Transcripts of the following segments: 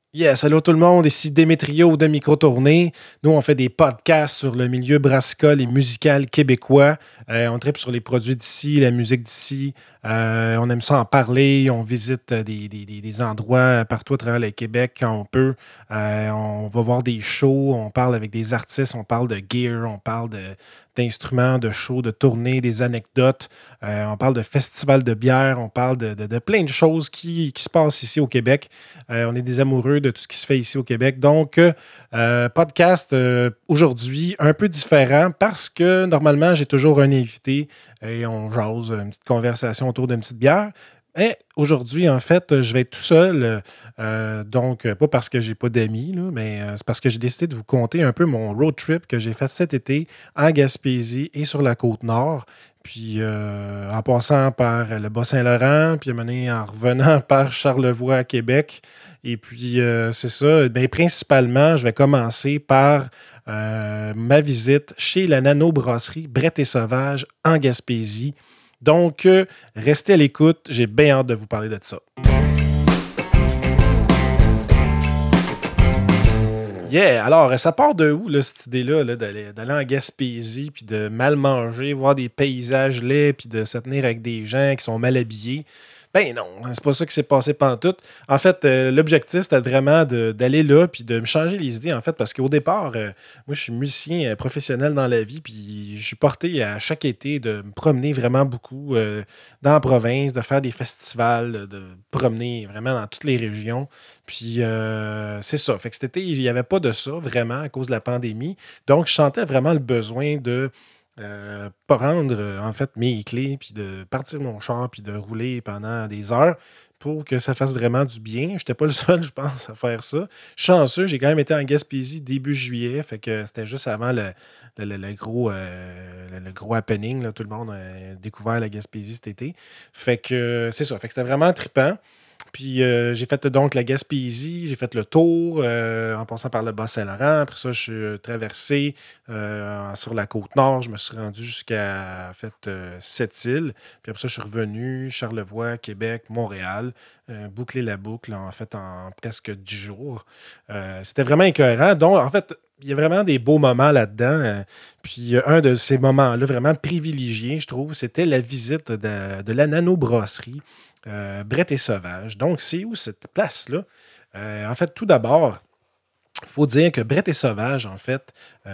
Yes, allô tout le monde, ici Démétrio de Micro-Tournée. Nous, on fait des podcasts sur le milieu brassicole et musical québécois. On tripe sur les produits d'ici, la musique d'ici. On aime ça en parler. On visite des endroits partout à travers le Québec quand on peut. On va voir des shows, on parle avec des artistes, on parle de gear, on parle d'instruments, de shows, de tournées, des anecdotes. On parle de festivals de bière, on parle de plein de choses qui se passent ici au Québec. On est des amoureux de tout ce qui se fait ici au Québec. Donc, podcast aujourd'hui un peu différent parce que normalement, j'ai toujours un invité et on jase une petite conversation autour d'une petite bière. Mais aujourd'hui, en fait, je vais être tout seul. Donc, pas parce que j'ai pas d'amis, là, mais c'est parce que j'ai décidé de vous conter un peu mon road trip que j'ai fait cet été en Gaspésie et sur la Côte-Nord. Puis en passant par le Bas-Saint-Laurent, puis en revenant par Charlevoix à Québec. Et puis, c'est ça. Ben, principalement, je vais commencer par ma visite chez la nano-brasserie Brett et Sauvage en Gaspésie. Donc, restez à l'écoute. J'ai bien hâte de vous parler de ça. Yeah! Alors, ça part de où, là, cette idée-là, là, d'aller en Gaspésie, puis de mal manger, voir des paysages laids, puis de se tenir avec des gens qui sont mal habillés? Ben non, c'est pas ça qui s'est passé pantoute. En fait, l'objectif, c'était vraiment d'aller là, puis de me changer les idées, en fait, parce qu'au départ, moi, je suis musicien professionnel dans la vie, puis je suis porté à chaque été de me promener vraiment beaucoup dans la province, de faire des festivals, de promener vraiment dans toutes les régions. Puis c'est ça. Fait que cet été, il n'y avait pas de ça vraiment à cause de la pandémie. Donc, je sentais vraiment le besoin de prendre en fait mes clés, puis de partir mon char, puis de rouler pendant des heures pour que ça fasse vraiment du bien. Je n'étais pas le seul, je pense, à faire ça. Chanceux, j'ai quand même été en Gaspésie début juillet, fait que c'était juste avant le gros happening. Là. Tout le monde a découvert la Gaspésie cet été. Fait que c'est ça. Fait que c'était vraiment trippant. Puis j'ai fait donc la Gaspésie, j'ai fait le tour en passant par le Bas-Saint-Laurent. Après ça, je suis traversé sur la Côte-Nord. Je me suis rendu jusqu'à en fait, Sept-Îles. Puis après ça, je suis revenu Charlevoix, Québec, Montréal. Boucler la boucle en fait en presque 10 jours. C'était vraiment écœurant. Donc, en fait, il y a vraiment des beaux moments là-dedans. Puis un de ces moments-là, vraiment privilégiés, je trouve, c'était la visite de la nano-brasserie. Brett et Sauvage. Donc, c'est où cette place-là? En fait, tout d'abord, il faut dire que Brett et Sauvage, en fait,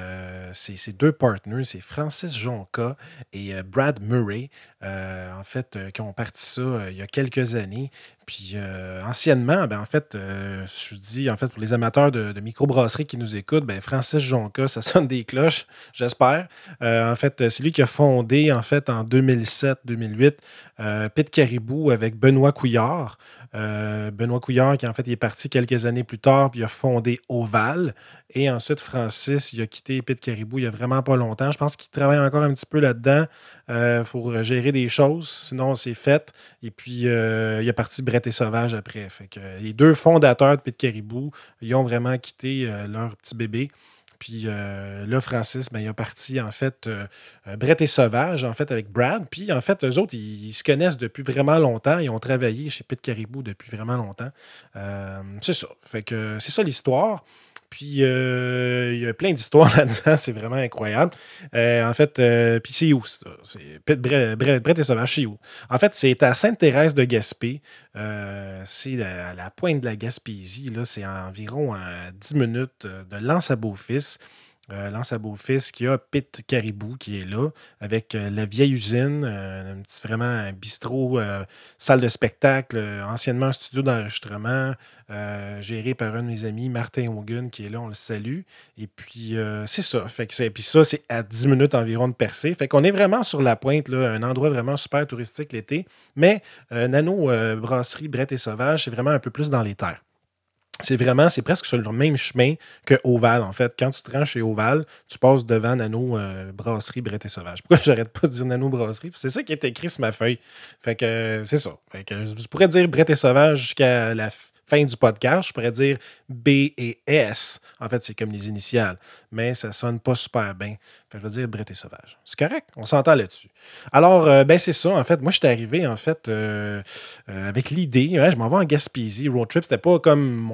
c'est deux partenaires, c'est Francis Jonca et Brad Murray, en fait, qui ont parti ça il y a quelques années. Puis anciennement, ben, en fait, je dis, en fait, pour les amateurs de microbrasserie qui nous écoutent, ben, Francis Jonca, ça sonne des cloches, j'espère. En fait, c'est lui qui a fondé, en fait, en 2007-2008, Pit Caribou avec Benoît Couillard. Benoît Couillard, qui en fait il est parti quelques années plus tard, puis il a fondé Oval. Et ensuite, Francis, il a quitté Pit Caribou il n'y a vraiment pas longtemps. Je pense qu'il travaille encore un petit peu là-dedans pour gérer des choses. Sinon, c'est fait. Et puis, il est parti Brett et Sauvage après. Fait que, les deux fondateurs de Pit Caribou, ils ont vraiment quitté leur petit bébé. Puis là, Francis, ben, il a parti, en fait, Brett et Sauvage, en fait, avec Brad. Puis, en fait, eux autres, ils se connaissent depuis vraiment longtemps. Ils ont travaillé chez Pit Caribou depuis vraiment longtemps. C'est ça. Fait que c'est ça l'histoire. Puis, il y a plein d'histoires là-dedans. C'est vraiment incroyable. En fait, puis c'est où ça? C'est Brett et Sauvage, c'est où? En fait, c'est à Sainte-Thérèse de Gaspé. C'est à la pointe de la Gaspésie. Là, c'est environ à 10 minutes de L'Anse à Beaufils. L'Anse à Beaufils qui a Pit Caribou qui est là, avec la vieille usine, un petit, vraiment un bistrot, salle de spectacle, anciennement un studio d'enregistrement, géré par un de mes amis, Martin Hogan, qui est là, on le salue. Et puis, c'est ça. Fait que puis ça, c'est à 10 minutes environ de Percé. Fait qu'on est vraiment sur la pointe, là, un endroit vraiment super touristique l'été. Mais Nano Brasserie Brett et Sauvage, c'est vraiment un peu plus dans les terres. C'est presque sur le même chemin que Oval, en fait. Quand tu te rends chez Oval, tu passes devant Nano Brasserie Brett et Sauvage. Pourquoi j'arrête pas de dire Nano Brasserie? C'est ça qui est écrit sur ma feuille. Fait que c'est ça. Fait que je pourrais dire Brett et Sauvage jusqu'à la fin du podcast. Je pourrais dire B et S. En fait, c'est comme les initiales. Mais ça sonne pas super bien. Fait que je vais dire Brett et Sauvage. C'est correct. On s'entend là-dessus. Alors, ben c'est ça. En fait, moi, j'étais arrivé, en fait, avec l'idée. Ouais, je m'en vais en Gaspésie. Road trip, c'était pas comme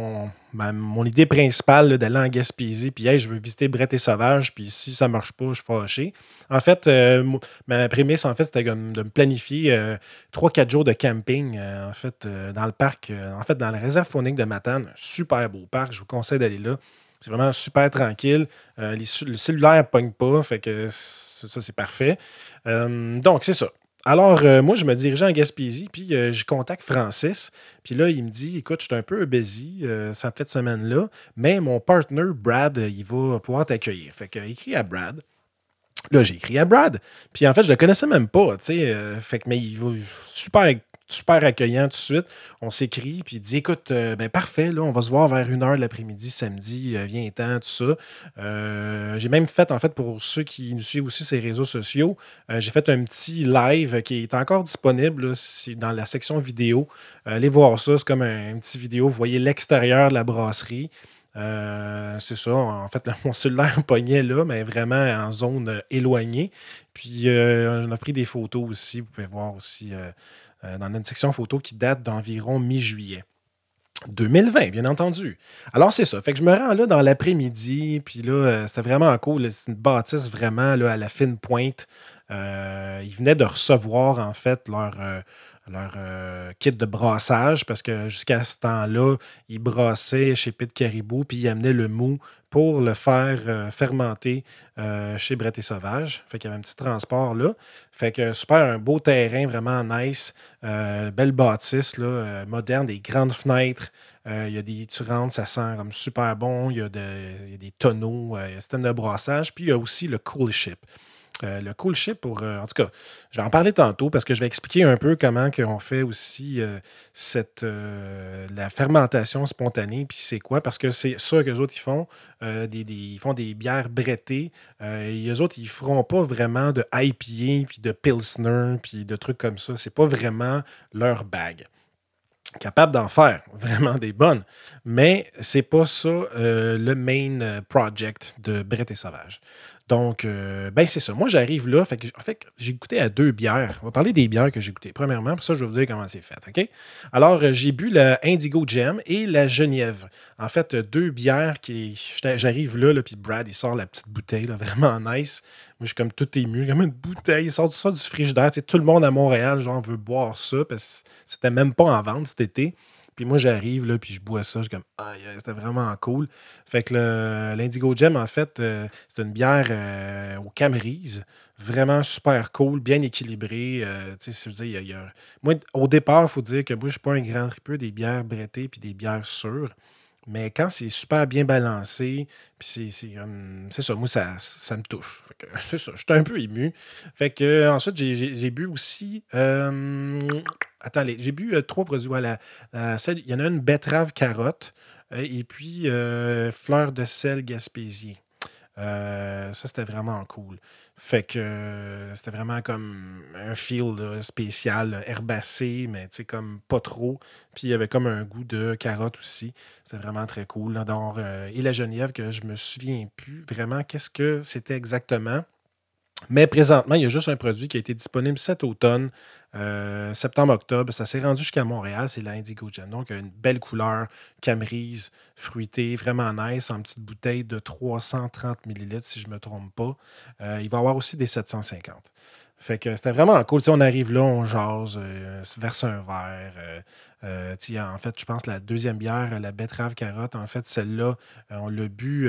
mon idée principale là, d'aller en Gaspésie, puis hey, je veux visiter Bret et Sauvage, puis si ça marche pas, je suis fâché. En fait, ma prémisse, en fait, c'était de me planifier 3-4 jours de camping, en fait, dans le parc, en fait, dans la réserve faunique de Matane. Super beau parc, je vous conseille d'aller là. C'est vraiment super tranquille. Le cellulaire ne pogne pas, fait que ça, c'est parfait. Donc, c'est ça. Alors, moi, je me dirigeais en Gaspésie, puis je contacte Francis. Puis là, il me dit, écoute, je suis un peu busy cette semaine-là, mais mon partner, Brad, il va pouvoir t'accueillir. Fait que écrit à Brad. Là, j'ai écrit à Brad. Puis en fait, je le connaissais même pas, tu sais. Fait que, mais il va super, super accueillant tout de suite. On s'écrit, puis il dit, écoute, ben parfait, là, on va se voir vers 1 h de l'après-midi, samedi, viens-t'en, tout ça. J'ai même fait, en fait, pour ceux qui nous suivent aussi sur les réseaux sociaux, j'ai fait un petit live qui est encore disponible là, dans la section vidéo. Allez voir ça, c'est comme un petit vidéo. Vous voyez l'extérieur de la brasserie. C'est ça. En fait, mon cellulaire pognait là, mais vraiment en zone éloignée. Puis, on a pris des photos aussi. Vous pouvez voir aussi dans une section photo qui date d'environ mi-juillet. 2020, bien entendu. Alors, c'est ça. Fait que je me rends là dans l'après-midi. Puis là, c'était vraiment cool. Là. C'est une bâtisse vraiment là, à la fine pointe. Ils venaient de recevoir, en fait, leur kit de brassage parce que jusqu'à ce temps-là, ils brassaient chez Pit Caribou puis ils amenaient le mou pour le faire fermenter chez Bret et Sauvage. Fait qu'il y avait un petit transport là. Fait que super, un beau terrain vraiment nice. Belle bâtisse là, moderne, des grandes fenêtres. Il y a tu rentres, ça sent comme super bon. Il y a des tonneaux, il y a un système de brassage. Puis il y a aussi le Cool Ship. Le Cool Ship, en tout cas, je vais en parler tantôt parce que je vais expliquer un peu comment on fait aussi la fermentation spontanée, puis c'est quoi, parce que c'est ça que les autres ils font, ils font des bières brettées. Et eux autres, ils ne feront pas vraiment de IPA, puis de Pilsner, puis de trucs comme ça. C'est pas vraiment leur bag. Capable d'en faire vraiment des bonnes, mais c'est pas ça le main project de Bret et Sauvage. Donc, ben c'est ça. Moi, j'arrive là. En fait, j'ai goûté à 2 bières. On va parler des bières que j'ai goûtées. Premièrement, pour ça, je vais vous dire comment c'est fait. OK? Alors, j'ai bu la Indigo Gem et la Genièvre. En fait, 2 bières j'arrive là, puis Brad, il sort la petite bouteille, là, vraiment nice. Moi, je suis comme tout ému. J'ai comme une bouteille. Il sort ça du frigidaire. Tu sais, tout le monde à Montréal, genre, veut boire ça parce que c'était même pas en vente cet été. Puis moi, j'arrive, là, puis je bois ça. Je suis comme, ah, c'était vraiment cool. Fait que l'Indigo Gem, en fait, c'est une bière au Camerise. Vraiment super cool, bien équilibrée. Tu sais, si je veux dire, moi, au départ, il faut dire que moi, je ne suis pas un grand tripeux des bières brettées puis des bières sûres. Mais quand c'est super bien balancé, puis c'est ça, moi, ça me touche. Fait que, c'est ça, je suis un peu ému. Fait que, ensuite, j'ai bu aussi. Attends, j'ai bu 3 produits. Voilà, il y en a une betterave carotte et puis fleur de sel gaspésien. Ça, c'était vraiment cool. Fait que c'était vraiment comme un feel là, spécial, là, herbacé, mais tu sais, comme pas trop. Puis il y avait comme un goût de carotte aussi. C'était vraiment très cool. Là. Donc, et la Genièvre, que je me souviens plus vraiment qu'est-ce que c'était exactement. Mais présentement, il y a juste un produit qui a été disponible cet automne, septembre-octobre. Ça s'est rendu jusqu'à Montréal, c'est l'Indigo Gem. Donc, il y a une belle couleur, camerise, fruitée, vraiment nice, en petite bouteille de 330 millilitres, si je ne me trompe pas. Il va y avoir aussi des 750. Fait que c'était vraiment cool. Tu sais, on arrive là, on jase, se verse un verre. En fait, je pense que la deuxième bière, la betterave carotte, en fait, celle-là, on l'a bu.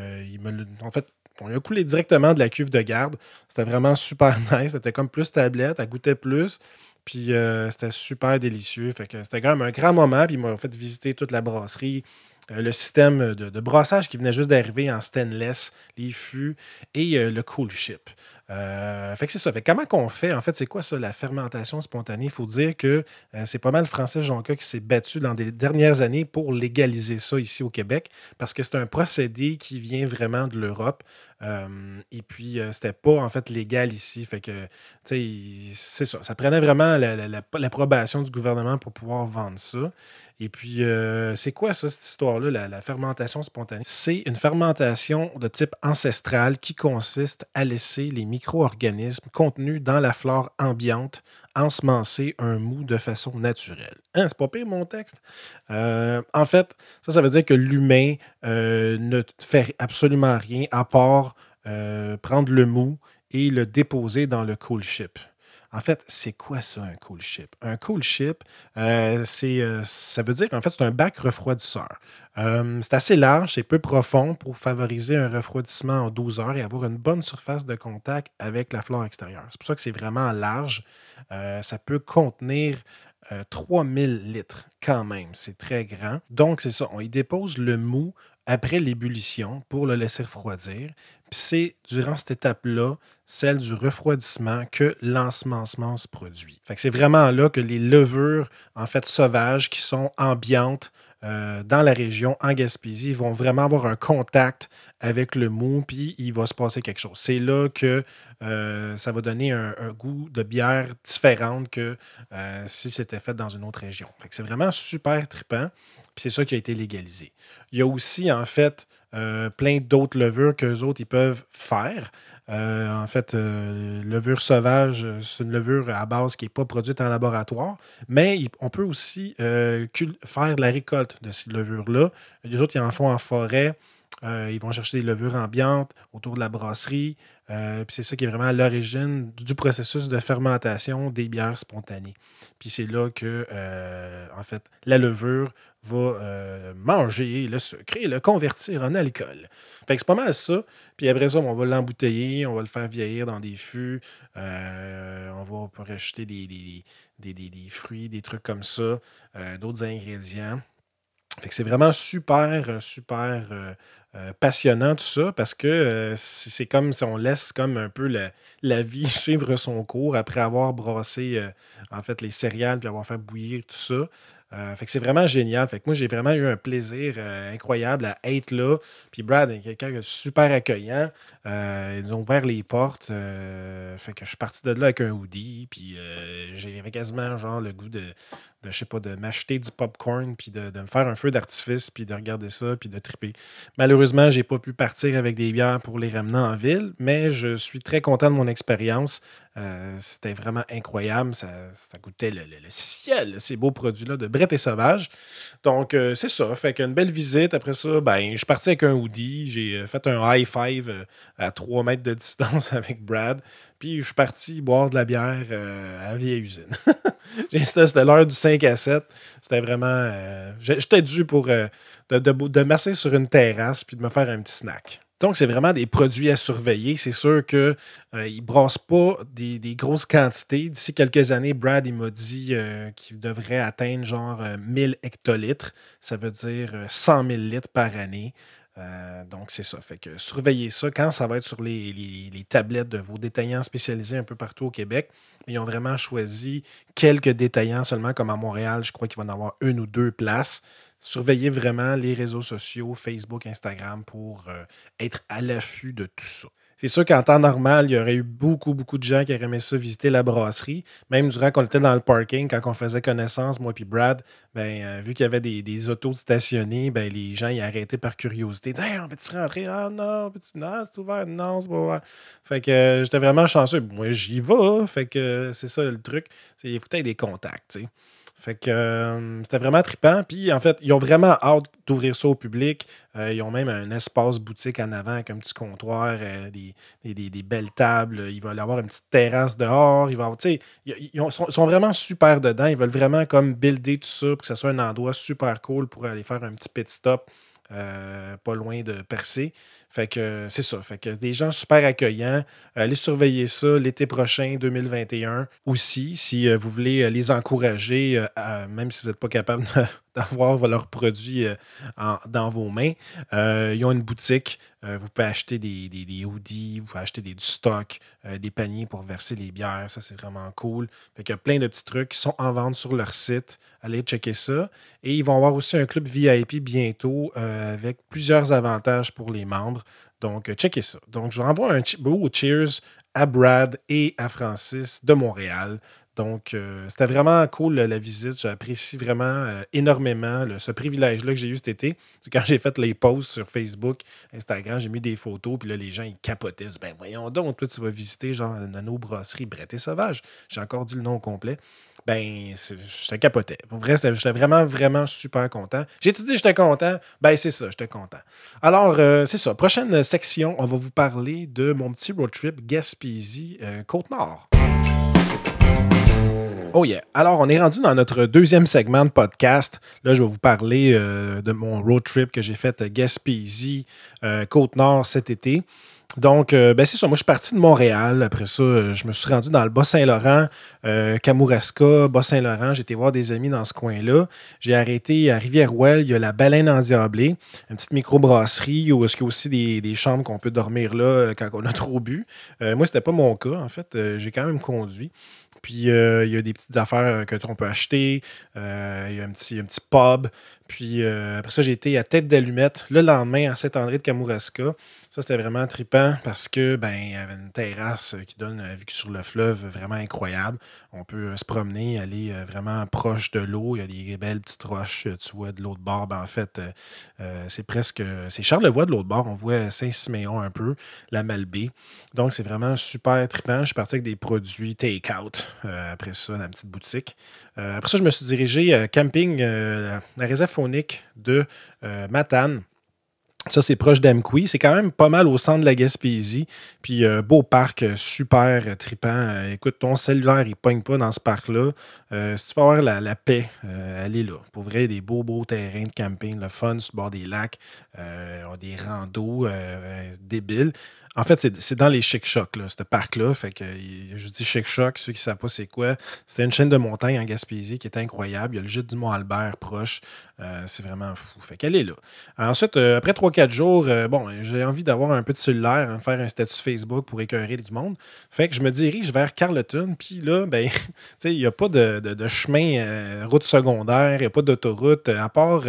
En fait, on a coulé directement de la cuve de garde. C'était vraiment super nice. C'était comme plus tablette, elle goûtait plus. Puis c'était super délicieux. Fait que c'était quand même un grand moment. Puis ils m'ont fait visiter toute la brasserie. Le système de brassage qui venait juste d'arriver en stainless, les fûts et le cool ship. Fait que c'est ça. Fait que comment qu'on fait? En fait, c'est quoi ça, la fermentation spontanée? Il faut dire que c'est pas mal Francis Jonca qui s'est battu dans les dernières années pour légaliser ça ici au Québec parce que c'est un procédé qui vient vraiment de l'Europe. Et puis, c'était pas en fait légal ici. Fait que, tu sais, c'est ça. Ça prenait vraiment l'approbation du gouvernement pour pouvoir vendre ça. Et puis, c'est quoi ça, cette histoire-là, la fermentation spontanée? C'est une fermentation de type ancestral qui consiste à laisser les micro-organismes contenus dans la flore ambiante ensemencer un mou de façon naturelle. Hein, c'est pas pire mon texte? En fait, ça veut dire que l'humain ne fait absolument rien à part prendre le mou et le déposer dans le cool ship. En fait, c'est quoi ça, un cool ship? Un cool ship, ça veut dire qu'en fait, c'est un bac refroidisseur. C'est assez large, c'est peu profond pour favoriser un refroidissement en 12 heures et avoir une bonne surface de contact avec la flore extérieure. C'est pour ça que c'est vraiment large. Ça peut contenir 3000 litres quand même. C'est très grand. Donc, c'est ça. On y dépose le mou après l'ébullition pour le laisser refroidir. Puis c'est durant cette étape-là, celle du refroidissement, que l'ensemencement se produit. Fait que c'est vraiment là que les levures, en fait, sauvages qui sont ambiantes dans la région, en Gaspésie, vont vraiment avoir un contact avec le mou, puis il va se passer quelque chose. C'est là que ça va donner un goût de bière différente que si c'était fait dans une autre région. Fait que c'est vraiment super trippant, puis c'est ça qui a été légalisé. Il y a aussi, en fait, plein d'autres levures qu'eux autres, ils peuvent faire. En fait, levure sauvage, c'est une levure à base qui n'est pas produite en laboratoire, mais on peut aussi faire de la récolte de ces levures-là. Les autres, ils en font en forêt. Ils vont chercher des levures ambiantes autour de la brasserie. Puis c'est ça qui est vraiment à l'origine du processus de fermentation des bières spontanées. Puis c'est là que, en fait, la levure va manger le sucre et le convertir en alcool. Fait que c'est pas mal ça. Puis après ça, on va l'embouteiller, on va le faire vieillir dans des fûts. On va rajouter des fruits, des trucs comme ça, d'autres ingrédients. Fait que c'est vraiment super passionnant tout ça parce que c'est comme si on laisse comme un peu la vie suivre son cours après avoir brassé en fait les céréales puis avoir fait bouillir tout ça. Fait que c'est vraiment génial. Fait que moi, j'ai vraiment eu un plaisir incroyable à être là. Puis Brad est quelqu'un de super accueillant. Ils nous ont ouvert les portes. Fait que je suis parti de là avec un hoodie. Puis j'avais quasiment genre le goût je sais pas, de m'acheter du popcorn, puis de me faire un feu d'artifice, puis de regarder ça, puis de triper. Malheureusement, j'ai pas pu partir avec des bières pour les ramener en ville, mais je suis très content de mon expérience. C'était vraiment incroyable. Ça goûtait le ciel, ces beaux produits-là de Brett et Sauvage. Donc, c'est ça. Fait qu'une belle visite. Après ça, ben, je suis parti avec un hoodie. J'ai fait un high five à 3 mètres de distance avec Brad. Puis, je suis parti boire de la bière à la vieille usine. C'était l'heure du 5 à 7. C'était vraiment. J'étais dû pour de masser sur une terrasse puis de me faire un petit snack. Donc, c'est vraiment des produits à surveiller. C'est sûr qu'ils ne brassent pas des grosses quantités. D'ici quelques années, Brad il m'a dit qu'il devrait atteindre genre 1000 hectolitres. Ça veut dire 100 000 litres par année. Donc, c'est ça. Fait que surveillez ça quand ça va être sur les tablettes de vos détaillants spécialisés un peu partout au Québec. Ils ont vraiment choisi quelques détaillants seulement, comme à Montréal. Je crois qu'il va y en avoir une ou deux places. Surveillez vraiment les réseaux sociaux, Facebook, Instagram, pour être à l'affût de tout ça. C'est sûr qu'en temps normal, il y aurait eu beaucoup de gens qui auraient aimé ça visiter la brasserie. Même durant qu'on était dans le parking, quand on faisait connaissance, moi et Brad, ben, vu qu'il y avait des autos stationnés, ben, les gens y arrêtaient par curiosité. Hey, on peut-tu rentrer? Ah non, non, c'est ouvert. Non, c'est pas ouvert. Fait que j'étais vraiment chanceux. Moi, j'y vais. Fait que c'est ça le truc. Il faut peut-être des contacts, tu sais. Fait que c'était vraiment trippant. Puis en fait, ils ont vraiment hâte d'ouvrir ça au public. Ils ont même un espace boutique en avant avec un petit comptoir, des belles tables. Il va y avoir une petite terrasse dehors. Ils sont vraiment super dedans. Ils veulent vraiment comme builder tout ça pour que ce soit un endroit super cool pour aller faire un petit pit stop. Pas loin de Percé. Fait que c'est ça. Fait que des gens super accueillants. Allez surveiller ça l'été prochain, 2021. Aussi, si vous voulez les encourager, même si vous n'êtes pas capable d'avoir leurs produits dans vos mains, ils ont une boutique. Vous pouvez acheter des hoodies, vous pouvez acheter du stock, des paniers pour verser les bières. Ça, c'est vraiment cool. Fait qu'il y a plein de petits trucs qui sont en vente sur leur site. Allez checker ça. Et ils vont avoir aussi un club VIP bientôt avec plusieurs avantages pour les membres. Donc, checkez ça. Donc, je vous renvoie un beau cheers à Brad et à Francis de Montréal. Donc, c'était vraiment cool la visite. J'apprécie vraiment énormément ce privilège-là que j'ai eu cet été. C'est quand j'ai fait les posts sur Facebook, Instagram, j'ai mis des photos, puis là, les gens, ils capotaient. Ils disaient, ben voyons donc, toi, tu vas visiter genre Nano Brasserie Brett et Sauvage. J'ai encore dit le nom au complet. Ben, je capotais. Pour vrai, j'étais vraiment, vraiment super content. J'ai tout dit, j'étais content. Ben, c'est ça, j'étais content. Alors, c'est ça. Prochaine section, on va vous parler de mon petit road trip Gaspésie, Côte-Nord. Oh yeah. Alors, on est rendu dans notre deuxième segment de podcast. Là, je vais vous parler de mon road trip que j'ai fait à Gaspésie, Côte-Nord cet été. Donc, ben c'est ça. Moi, je suis parti de Montréal. Après ça, je me suis rendu dans le Bas-Saint-Laurent, Kamouraska, Bas-Saint-Laurent. J'ai été voir des amis dans ce coin-là. J'ai arrêté à Rivière-Ouelle. Il y a la Baleine Endiablée, une petite microbrasserie où il y a aussi des chambres qu'on peut dormir là quand on a trop bu. Moi, c'était pas mon cas. En fait, j'ai quand même conduit. Puis, il y a des petites affaires que on peut acheter. Il y a un petit pub. Puis, après ça, j'ai été à Tête d'Allumette le lendemain à Saint-André de Kamouraska. Ça, c'était vraiment trippant parce que ben il y avait une terrasse qui donne vue sur le fleuve vraiment incroyable. On peut se promener, aller vraiment proche de l'eau. Il y a des belles petites roches, tu vois, de l'autre bord. Ben, en fait, c'est Charlevoix de l'autre bord. On voit Saint-Siméon un peu, la Malbaie. Donc, c'est vraiment super trippant. Je suis parti avec des produits take-out. Après ça, dans la petite boutique. Après ça, je me suis dirigé camping, la réserve faunique de Matane. Ça, c'est proche d'Amqui. C'est quand même pas mal au centre de la Gaspésie. Puis, beau parc, super trippant. Écoute, ton cellulaire, il pogne pas dans ce parc-là. Si tu veux avoir la paix, elle est là. Pour vrai, des beaux terrains de camping, le fun sur le bord des lacs, des randos débiles. En fait, c'est dans les Chic-Chocs, là, ce parc-là. Fait que, je dis Chic-Chocs, ceux qui ne savent pas c'est quoi. C'était une chaîne de montagne en Gaspésie qui était incroyable. Il y a le gîte du Mont-Albert proche. C'est vraiment fou. Fait qu'elle est là. Ensuite, après 3-4 jours, bon, j'ai envie d'avoir un peu de cellulaire, hein, faire un statut Facebook pour écœurer du monde. Fait que je me dirige vers Carleton. Puis là, ben, tu sais, il n'y a pas de chemin, route secondaire, il n'y a pas d'autoroute, à part,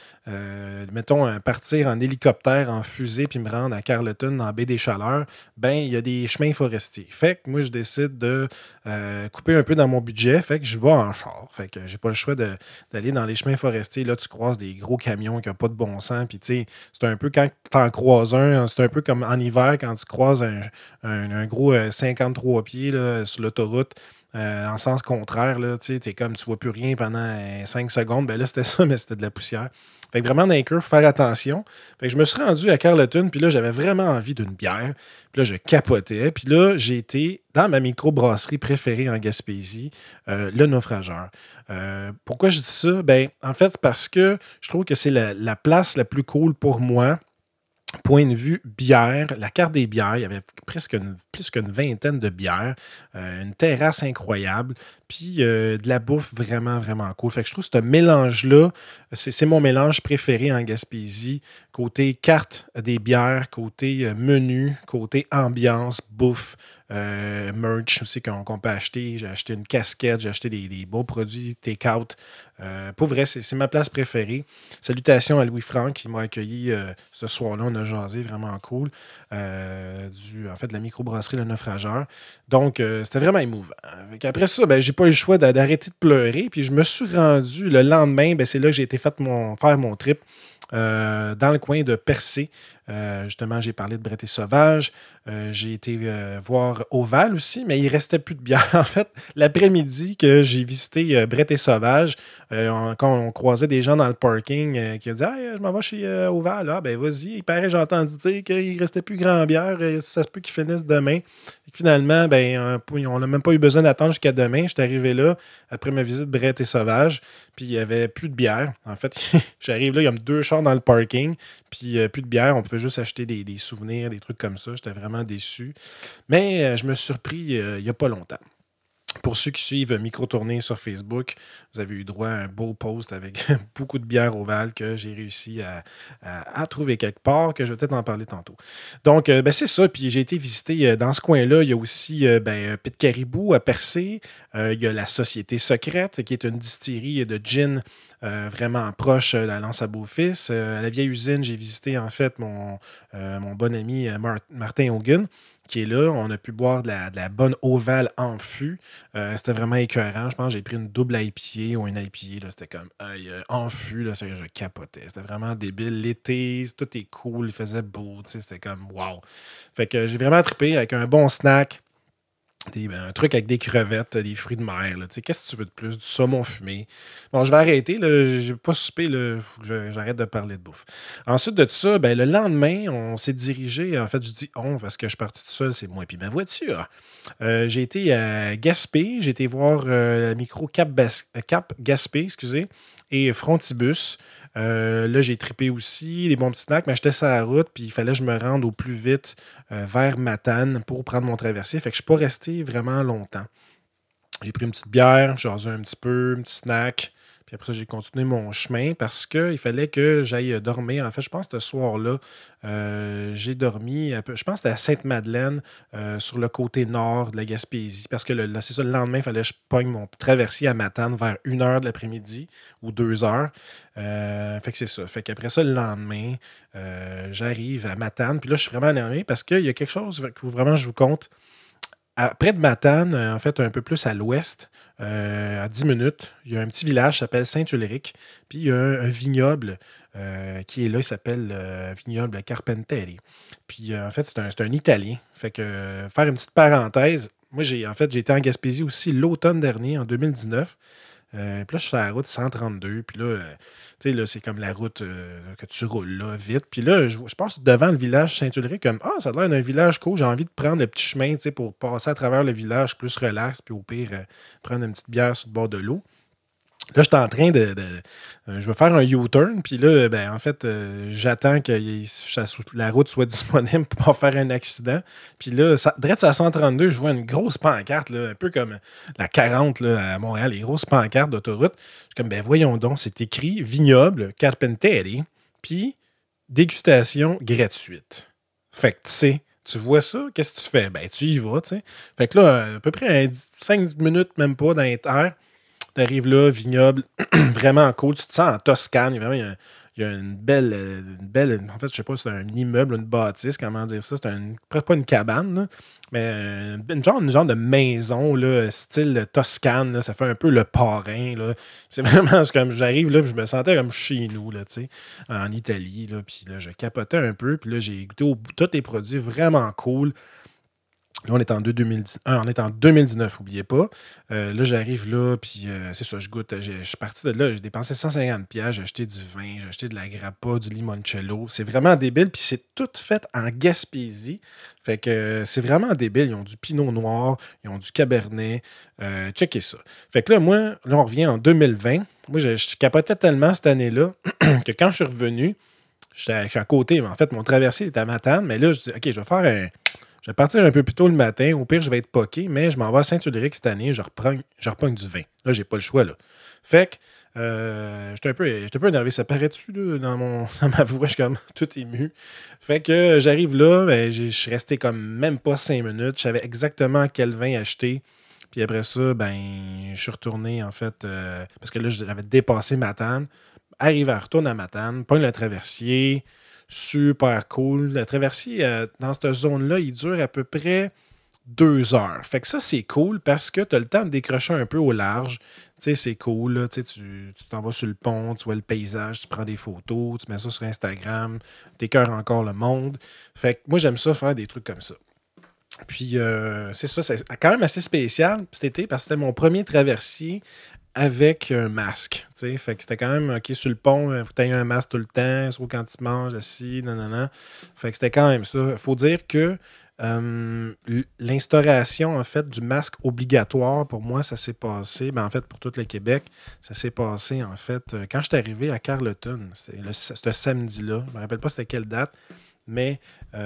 mettons, partir en hélicoptère, en fusée, puis me rendre à Carleton, dans la baie des Chaleurs. Ben, il y a des chemins forestiers. Fait que moi, je décide de couper un peu dans mon budget. Fait que je vais en char. Fait que j'ai pas le choix d'aller dans les chemins forestiers. Là, tu croises des gros camions qui n'ont pas de bon sens. Puis, tu sais, c'est un peu quand tu en croises un, c'est un peu comme en hiver quand tu croises un gros 53 pieds là, sur l'autoroute. En sens contraire, là, tu sais, t'es comme tu vois plus rien pendant 5 secondes. Ben là, c'était ça, mais c'était de la poussière. Fait que vraiment, dans les curves, faut faire attention. Fait que je me suis rendu à Carleton, puis là, j'avais vraiment envie d'une bière. Puis là, je capotais. Puis là, j'ai été dans ma microbrasserie préférée en Gaspésie, le Naufrageur. Pourquoi je dis ça? Ben, en fait, c'est parce que je trouve que c'est la place la plus cool pour moi. Point de vue bière, la carte des bières, il y avait plus qu'une vingtaine de bières, une terrasse incroyable, puis de la bouffe vraiment, vraiment cool. Fait que je trouve que ce mélange-là, c'est mon mélange préféré en Gaspésie. Côté carte des bières, côté menu, côté ambiance, bouffe, merch aussi qu'on peut acheter. J'ai acheté une casquette, j'ai acheté des beaux produits take-out. Pour vrai, c'est ma place préférée. Salutations à Louis-Franck qui m'a accueilli ce soir-là. On a jasé, vraiment cool. En fait, de la microbrasserie Le Naufrageur. Donc, c'était vraiment émouvant. Après ça, ben, j'ai pas eu le choix d'arrêter de pleurer. Puis je me suis rendu le lendemain, ben, c'est là que j'ai été faire mon trip. Dans le coin de Percé. Justement, j'ai parlé de Brett et Sauvage. J'ai été voir Oval aussi, mais il restait plus de bière. En fait, l'après-midi que j'ai visité Brett et Sauvage, quand on croisait des gens dans le parking qui ont dit hey, je m'en vais chez Oval. Ah, ben vas-y. Il paraît, j'ai entendu dire qu'il restait plus grand bière. Ça se peut qu'ils finissent demain. Et finalement, ben, on n'a même pas eu besoin d'attendre jusqu'à demain. Je suis arrivé là après ma visite Brett et Sauvage, puis il n'y avait plus de bière. En fait, j'arrive là, il y a 2 chars dans le parking, puis plus de bière. On pouvait juste acheter des souvenirs, des trucs comme ça. J'étais vraiment déçu. Mais je me suis surpris il n'y a pas longtemps. Pour ceux qui suivent Micro-Tournée sur Facebook, vous avez eu droit à un beau post avec beaucoup de bières ovales que j'ai réussi à trouver quelque part, que je vais peut-être en parler tantôt. Donc, ben, c'est ça. Puis j'ai été visiter dans ce coin-là. Il y a aussi Pit Caribou à Percé. Il y a la Société Secrète, qui est une distillerie de gin vraiment proche de la Lance à Beaufils. À la vieille usine, j'ai visité en fait mon bon ami Martin Hogan, qui est là. On a pu boire de la bonne ovale en fût. C'était vraiment écœurant. Je pense que j'ai pris une double IPA ou une IPA. Là, c'était comme en fût. Là, je capotais. C'était vraiment débile. L'été, tout est cool. Il faisait beau. C'était comme wow. Fait que j'ai vraiment trippé avec un bon snack. Un truc avec des crevettes, des fruits de mer. Qu'est-ce que tu veux de plus? Du saumon fumé. Bon, je vais arrêter. J'ai pas soupé. Il faut que j'arrête de parler de bouffe. Ensuite de tout ça, le lendemain, on s'est dirigé. En fait, je dis on parce que je suis parti tout seul. C'est moi et ma voiture. J'ai été à Gaspé. J'ai été voir le micro Cap Gaspé, excusez, et Frontibus. Là, j'ai trippé aussi, des bons petits snacks, mais j'étais sur la route, puis il fallait que je me rende au plus vite vers Matane pour prendre mon traversier. Fait que je ne suis pas resté vraiment longtemps. J'ai pris une petite bière, j'ai jasé un petit peu, un petit snack. Puis après ça, j'ai continué mon chemin parce qu'il fallait que j'aille dormir. En fait, je pense que ce soir-là, j'ai dormi, je pense que c'était à Sainte-Madeleine, sur le côté nord de la Gaspésie. Parce que c'est ça, le lendemain, il fallait que je pogne mon traversier à Matane vers 1h de l'après-midi ou 2h. Fait que c'est ça. Fait qu'après ça, le lendemain, j'arrive à Matane. Puis là, je suis vraiment énervé parce qu'il y a quelque chose que vraiment je vous compte. Près de Matane, en fait, un peu plus à l'ouest, à 10 minutes, il y a un petit village qui s'appelle Saint-Ulrich. Puis il y a un vignoble qui est là, il s'appelle Vignoble Carpenteri. Puis en fait, c'est un Italien. Fait que faire une petite parenthèse, moi j'ai été en Gaspésie aussi l'automne dernier, en 2019. Puis là, je suis sur la route 132. Puis là, tu sais, là, c'est comme la route que tu roules là, vite. Puis là, je passe devant le village Saint-Ulrich comme ça a l'air d'un village cool. J'ai envie de prendre le petit chemin, tu sais, pour passer à travers le village plus relax. Puis au pire, prendre une petite bière sur le bord de l'eau. Là, je suis en train je vais faire un U-turn, puis là, en fait, j'attends que la route soit disponible pour pas faire un accident. Puis là, direct à 132, je vois une grosse pancarte, là, un peu comme la 40 là, à Montréal, les grosses pancartes d'autoroute. Je suis comme, voyons donc, c'est écrit Vignoble Carpenteri, puis dégustation gratuite. Fait que, tu vois ça, qu'est-ce que tu fais? Tu y vas, tu sais. Fait que là, à peu près 5 minutes, même pas, dans les terres. Tu arrives là, vignoble, vraiment cool. Tu te sens en Toscane. Il y a une belle. En fait, je sais pas, c'est un immeuble, une bâtisse, comment dire ça. C'est pas une cabane, là, mais une genre de maison, là, style Toscane. Là, ça fait un peu le parrain. Là. C'est vraiment comme j'arrive là, je me sentais comme chez nous, là, en Italie. Là, puis là, je capotais un peu. Puis là, j'ai goûté tous les produits vraiment cool. Là, on est en 2019, n'oubliez pas. Là, j'arrive là, puis c'est ça, je goûte. Je suis parti de là, j'ai dépensé 150$, j'ai acheté du vin, j'ai acheté de la grappa, du limoncello. C'est vraiment débile, puis c'est tout fait en Gaspésie. Fait que c'est vraiment débile. Ils ont du pinot noir, ils ont du cabernet. Checkez ça. Fait que là, moi, on revient en 2020. Moi, je capotais tellement cette année-là que quand je suis revenu, je suis à côté. Mais en fait, mon traversier était à Matane, mais là, je dis, OK, je vais partir un peu plus tôt le matin. Au pire, je vais être poqué, mais je m'en vais à Saint-Ulrich cette année. Je reprends du vin. Là, j'ai pas le choix. Là. Fait que j'étais un peu énervé. Ça paraît-tu là, dans ma voix? Je suis comme tout ému. Fait que j'arrive là. Je suis resté comme même pas 5 minutes. Je savais exactement quel vin acheter. Puis après ça, je suis retourné en fait. Parce que là, j'avais dépassé Matane. Retourne à Matane. Pogne le traversier. Super cool. Le traversier, dans cette zone-là, il dure à peu près 2 heures. Fait que ça, c'est cool parce que tu as le temps de décrocher un peu au large. Tu sais, c'est cool. Là. Tu t'en vas sur le pont, tu vois le paysage, tu prends des photos, tu mets ça sur Instagram, t'écœures encore le monde. Fait que moi, j'aime ça faire des trucs comme ça. Puis, c'est ça, c'est quand même assez spécial cet été parce que c'était mon premier traversier avec un masque. T'sais. Fait que c'était quand même OK sur le pont, il faut que tu aies un masque tout le temps, sauf quand tu manges, assis, nanana. Fait que c'était quand même ça. Il faut dire que l'instauration, en fait, du masque obligatoire, pour moi, ça s'est passé, en fait, pour tout le Québec, ça s'est passé, en fait, quand je suis arrivé à Carleton. C'était ce samedi-là. Je ne me rappelle pas c'était quelle date. Mais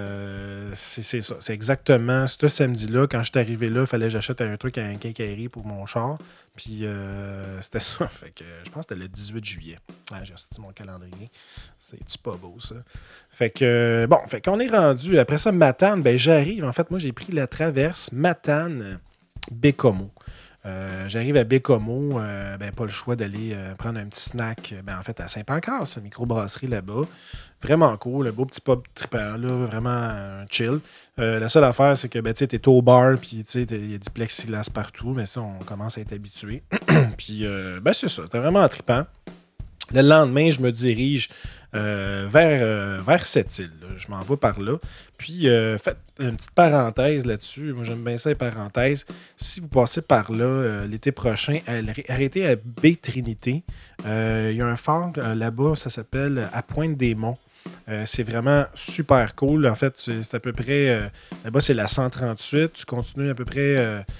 c'est ça. C'est exactement ce samedi-là, quand je suis arrivé là, il fallait que j'achète un truc à un quincaillerie pour mon char. Puis c'était ça. Fait que je pense que c'était le 18 juillet. J'ai sorti mon calendrier. C'est-tu pas beau, ça? Fait que fait qu'on est rendu. Après ça, Matane, j'arrive. En fait, moi, j'ai pris la traverse Matane-Bécomo. J'arrive à Bécomo, pas le choix d'aller prendre un petit snack, en fait, à Saint-Pancras, une microbrasserie là-bas. Vraiment cool, un beau petit pub trippant, là, vraiment chill. La seule affaire, c'est que tu sais, t'es au bar, puis il y a du plexiglas partout, mais ça, on commence à être habitué. Puis, c'est ça, c'était vraiment trippant. Le lendemain, je me dirige vers Sept-Îles. Là. Je m'en vais par là. Puis, faites une petite parenthèse là-dessus. Moi, j'aime bien ça, les parenthèses. Si vous passez par là l'été prochain, arrêtez à Baie-Trinité. Il y a un phare là-bas, ça s'appelle à Pointe-des-Monts. C'est vraiment super cool. En fait, c'est à peu près. Là-bas, c'est la 138. Tu continues à peu près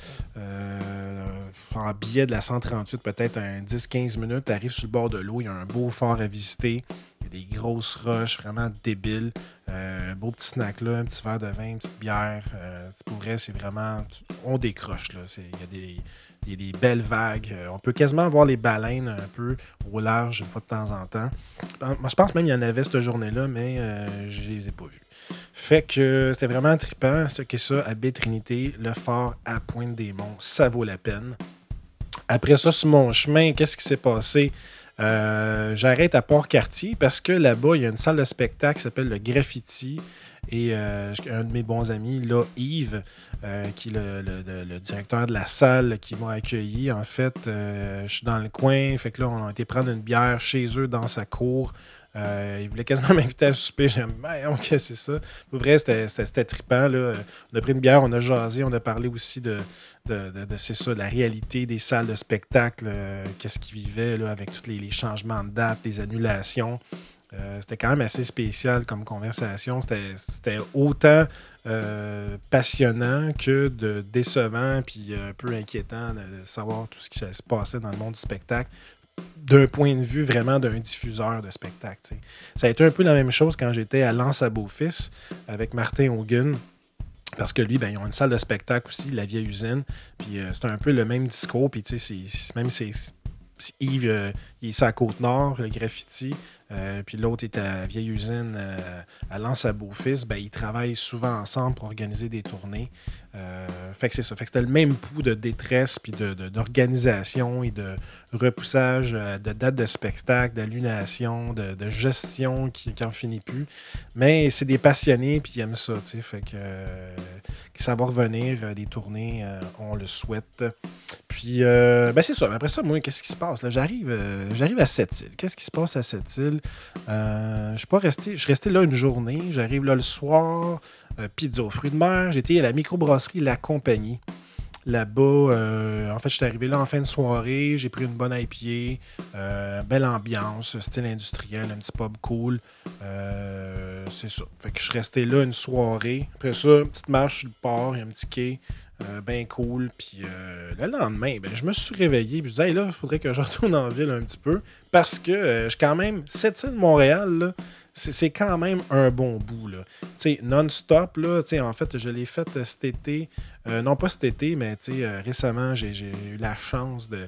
en billet de la 138, peut-être un 10-15 minutes. Tu arrives sur le bord de l'eau. Il y a un beau phare à visiter. Il y a des grosses roches vraiment débiles. Un beau petit snack là, un petit verre de vin, une petite bière. Pour vrai, c'est vraiment. On décroche. Là. Il y a des belles vagues. On peut quasiment voir les baleines un peu au large une fois de temps en temps. Moi, je pense même qu'il y en avait cette journée-là, mais je ne les ai pas vus. Fait que c'était vraiment trippant. C'est ça, à Baie-Trinité, le phare à Pointe-des-Monts, ça vaut la peine. Après ça, sur mon chemin, qu'est-ce qui s'est passé? J'arrête à Port-Cartier parce que là-bas, il y a une salle de spectacle qui s'appelle le Graffiti. Et un de mes bons amis, là, Yves, qui est le directeur de la salle qui m'a accueilli. En fait, je suis dans le coin. Fait que là, on a été prendre une bière chez eux dans sa cour. Il voulait quasiment m'inviter à souper. J'ai dit, ok, c'est ça. Pour vrai, c'était trippant. Là. On a pris une bière, on a jasé, on a parlé aussi c'est ça, de la réalité des salles de spectacle, qu'est-ce qu'ils vivaient là, avec tous les changements de date, les annulations. C'était quand même assez spécial comme conversation. C'était autant passionnant que décevant puis un peu inquiétant de savoir tout ce qui se passait dans le monde du spectacle d'un point de vue vraiment d'un diffuseur de spectacle. T'sais. Ça a été un peu la même chose quand j'étais à Lens à Beaufils avec Martin Hogan. Parce que lui, ils ont une salle de spectacle aussi, la vieille usine. Puis c'est un peu le même discours. Puis même c'est Yves, il est sur la Côte-Nord, le graffiti. Puis l'autre est à la vieille usine à Lens à Beaufils. Ils travaillent souvent ensemble pour organiser des tournées. Fait que c'est ça. Fait que c'était le même pouls de détresse puis d'organisation et de repoussage de dates de spectacle, d'annulation, de gestion qui n'en finit plus. Mais c'est des passionnés puis ils aiment ça. Fait que ça va revenir des tournées, on le souhaite. Puis, c'est ça. Après ça, moi, qu'est-ce qui se passe? Là, j'arrive à Sept-Îles. Qu'est-ce qui se passe à Sept-Îles? Je suis resté là une journée. J'arrive là le soir. Pizza aux fruits de mer. J'étais à la microbrasserie La Compagnie. Là-bas, en fait, je suis arrivé là en fin de soirée. J'ai pris une bonne IPA. Belle ambiance, style industriel, un petit pub cool. C'est ça. Fait que je suis resté là une soirée. Après ça, une petite marche sur le port. Il y a un petit quai. Ben cool. Puis le lendemain, je me suis réveillé. Puis je disais, hey, là, il faudrait que je retourne en ville un petit peu. Parce que je suis quand même, cette île de Montréal, là, c'est quand même un bon bout. Là. Non-stop, là, en fait, je l'ai fait cet été. Non, pas cet été, mais récemment, j'ai eu la chance de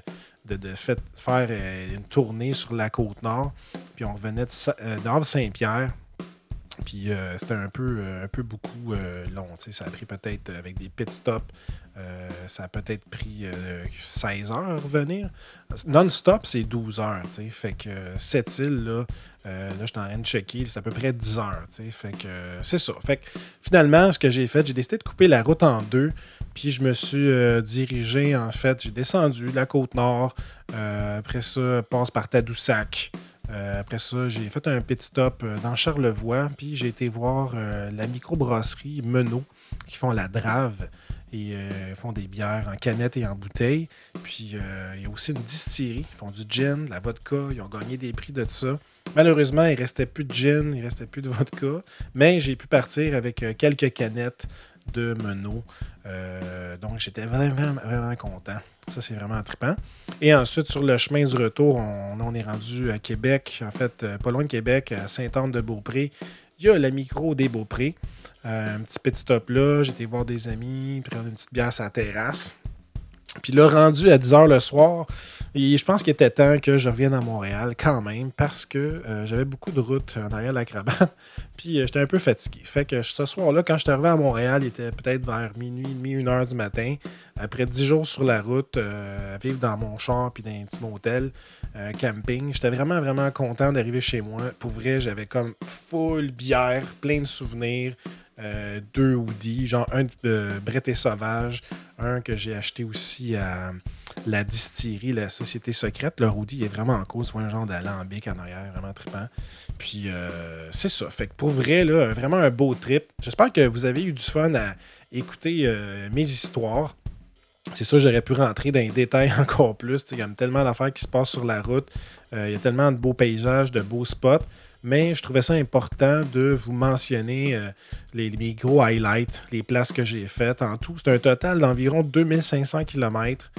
faire une tournée sur la Côte-Nord. Puis on revenait d'Havre-Saint-Pierre. Puis c'était un peu beaucoup long. Ça a pris peut-être, avec des pit stops, ça a peut-être pris 16 heures à revenir. Non-stop, c'est 12 heures. Fait que cette île, là, je suis en train de checker, c'est à peu près 10 heures. Fait que c'est ça. Fait que finalement, ce que j'ai fait, j'ai décidé de couper la route en deux. Puis je me suis dirigé, en fait, j'ai descendu la Côte-Nord. Après ça, passe par Tadoussac. Après ça, j'ai fait un pit stop dans Charlevoix, puis j'ai été voir la microbrasserie Menot, qui font la Drave et font des bières en canette et en bouteille. Puis il y a aussi une distillerie, ils font du gin, de la vodka, ils ont gagné des prix de ça. Malheureusement, il ne restait plus de gin, il ne restait plus de vodka, mais j'ai pu partir avec quelques canettes de Menot. Donc, j'étais vraiment, vraiment content. Ça, c'est vraiment trippant. Et ensuite, sur le chemin du retour, on est rendu à Québec. En fait, pas loin de Québec, à Sainte-Anne-de-Beaupré. Il y a la micro des Beaupré. Un petit stop là. J'ai été voir des amis, prendre une petite bière sur la terrasse. Puis là, rendu à 10 h le soir, et je pense qu'il était temps que je revienne à Montréal quand même parce que j'avais beaucoup de routes en arrière de la cravate. Puis j'étais un peu fatigué. Fait que ce soir-là, quand je suis arrivé à Montréal, il était peut-être vers minuit et demi, 1 h du matin. Après 10 jours sur la route, à vivre dans mon char puis dans un petit motel, camping, j'étais vraiment, vraiment content d'arriver chez moi. Pour vrai, j'avais comme full bière, plein de souvenirs. 2 hoodies, genre un de Brett et Sauvage, un que j'ai acheté aussi à la distillerie, la Société Secrète. Le hoodie est vraiment en cause, un genre d'alambic en arrière, vraiment trippant. Puis c'est ça. Fait que pour vrai, là, vraiment un beau trip. J'espère que vous avez eu du fun à écouter mes histoires. C'est sûr, j'aurais pu rentrer dans les détails encore plus. Il y a tellement d'affaires qui se passent sur la route. Il y a tellement de beaux paysages, de beaux spots. Mais je trouvais ça important de vous mentionner mes gros highlights, les places que j'ai faites. En tout, c'est un total d'environ 2500 km,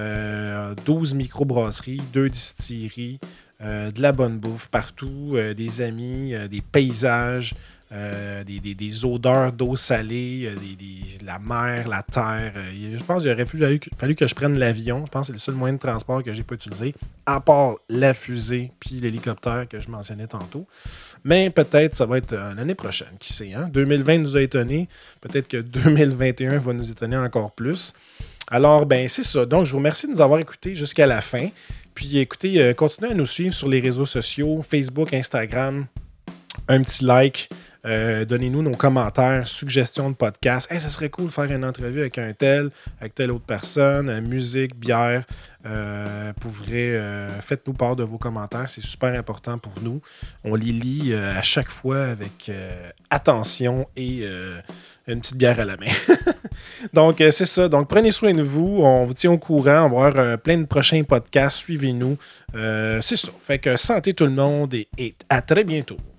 12 microbrasseries, 2 distilleries, de la bonne bouffe partout, des amis, des paysages, des odeurs d'eau salée, la mer, la terre. Je pense qu'il aurait fallu que je prenne l'avion. Je pense que c'est le seul moyen de transport que j'ai pas utilisé, à part la fusée puis l'hélicoptère que je mentionnais tantôt. Mais peut-être ça va être l'année prochaine, qui sait. Hein? 2020 nous a étonnés. Peut-être que 2021 va nous étonner encore plus. Alors, ben c'est ça. Donc, je vous remercie de nous avoir écoutés jusqu'à la fin. Puis, écoutez, continuez à nous suivre sur les réseaux sociaux, Facebook, Instagram. Un petit like. Donnez-nous nos commentaires, suggestions de podcasts. Hey, ça serait cool de faire une entrevue avec avec telle autre personne, musique, bière. Pour vrai, faites-nous part de vos commentaires, c'est super important pour nous. On les lit à chaque fois avec attention et une petite bière à la main. Donc, c'est ça. Donc, prenez soin de vous. On vous tient au courant. On va avoir plein de prochains podcasts. Suivez-nous. C'est ça. Fait que santé tout le monde et à très bientôt.